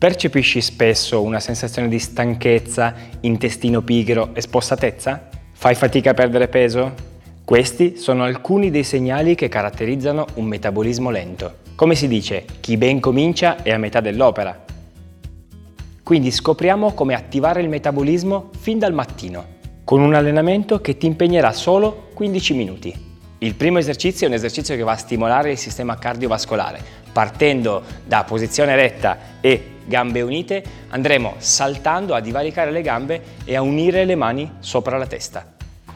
Percepisci spesso una sensazione di stanchezza, intestino pigro e spossatezza? Fai fatica a perdere peso? Questi sono alcuni dei segnali che caratterizzano un metabolismo lento. Come si dice, chi ben comincia è a metà dell'opera. Quindi scopriamo come attivare il metabolismo fin dal mattino, con un allenamento che ti impegnerà solo 15 minuti. Il primo esercizio è un esercizio che va a stimolare il sistema cardiovascolare. Partendo da posizione retta e gambe unite, andremo saltando a divaricare le gambe e a unire le mani sopra la testa.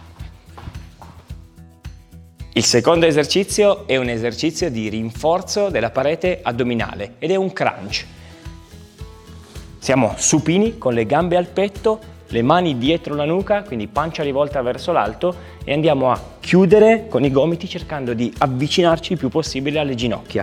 Il secondo esercizio è un esercizio di rinforzo della parete addominale ed è un crunch. Siamo supini con le gambe al petto, le mani dietro la nuca, quindi pancia rivolta verso l'alto, e andiamo a chiudere con i gomiti cercando di avvicinarci il più possibile alle ginocchia.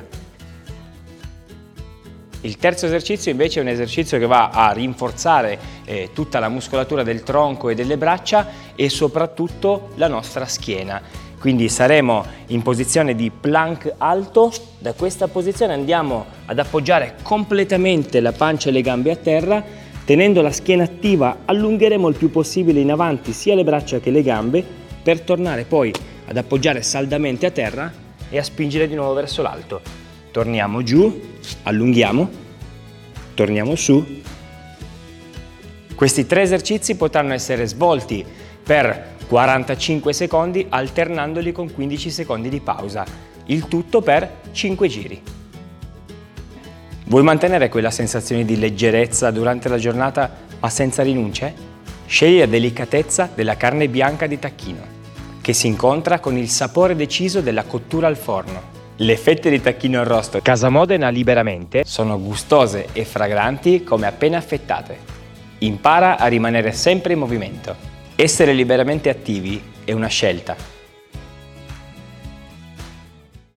Il terzo esercizio invece è un esercizio che va a rinforzare tutta la muscolatura del tronco e delle braccia e soprattutto la nostra schiena. Quindi saremo in posizione di plank alto. Da questa posizione andiamo ad appoggiare completamente la pancia e le gambe a terra. Tenendo la schiena attiva allungheremo il più possibile in avanti sia le braccia che le gambe per tornare poi ad appoggiare saldamente a terra e a spingere di nuovo verso l'alto. Torniamo giù, allunghiamo, torniamo su. Questi 3 esercizi potranno essere svolti per 45 secondi alternandoli con 15 secondi di pausa, il tutto per 5 giri. Vuoi mantenere quella sensazione di leggerezza durante la giornata ma senza rinunce? Scegli la delicatezza della carne bianca di tacchino, che si incontra con il sapore deciso della cottura al forno. Le fette di tacchino arrosto Casa Modena Liberamente sono gustose e fragranti come appena affettate. Impara a rimanere sempre in movimento. Essere liberamente attivi è una scelta.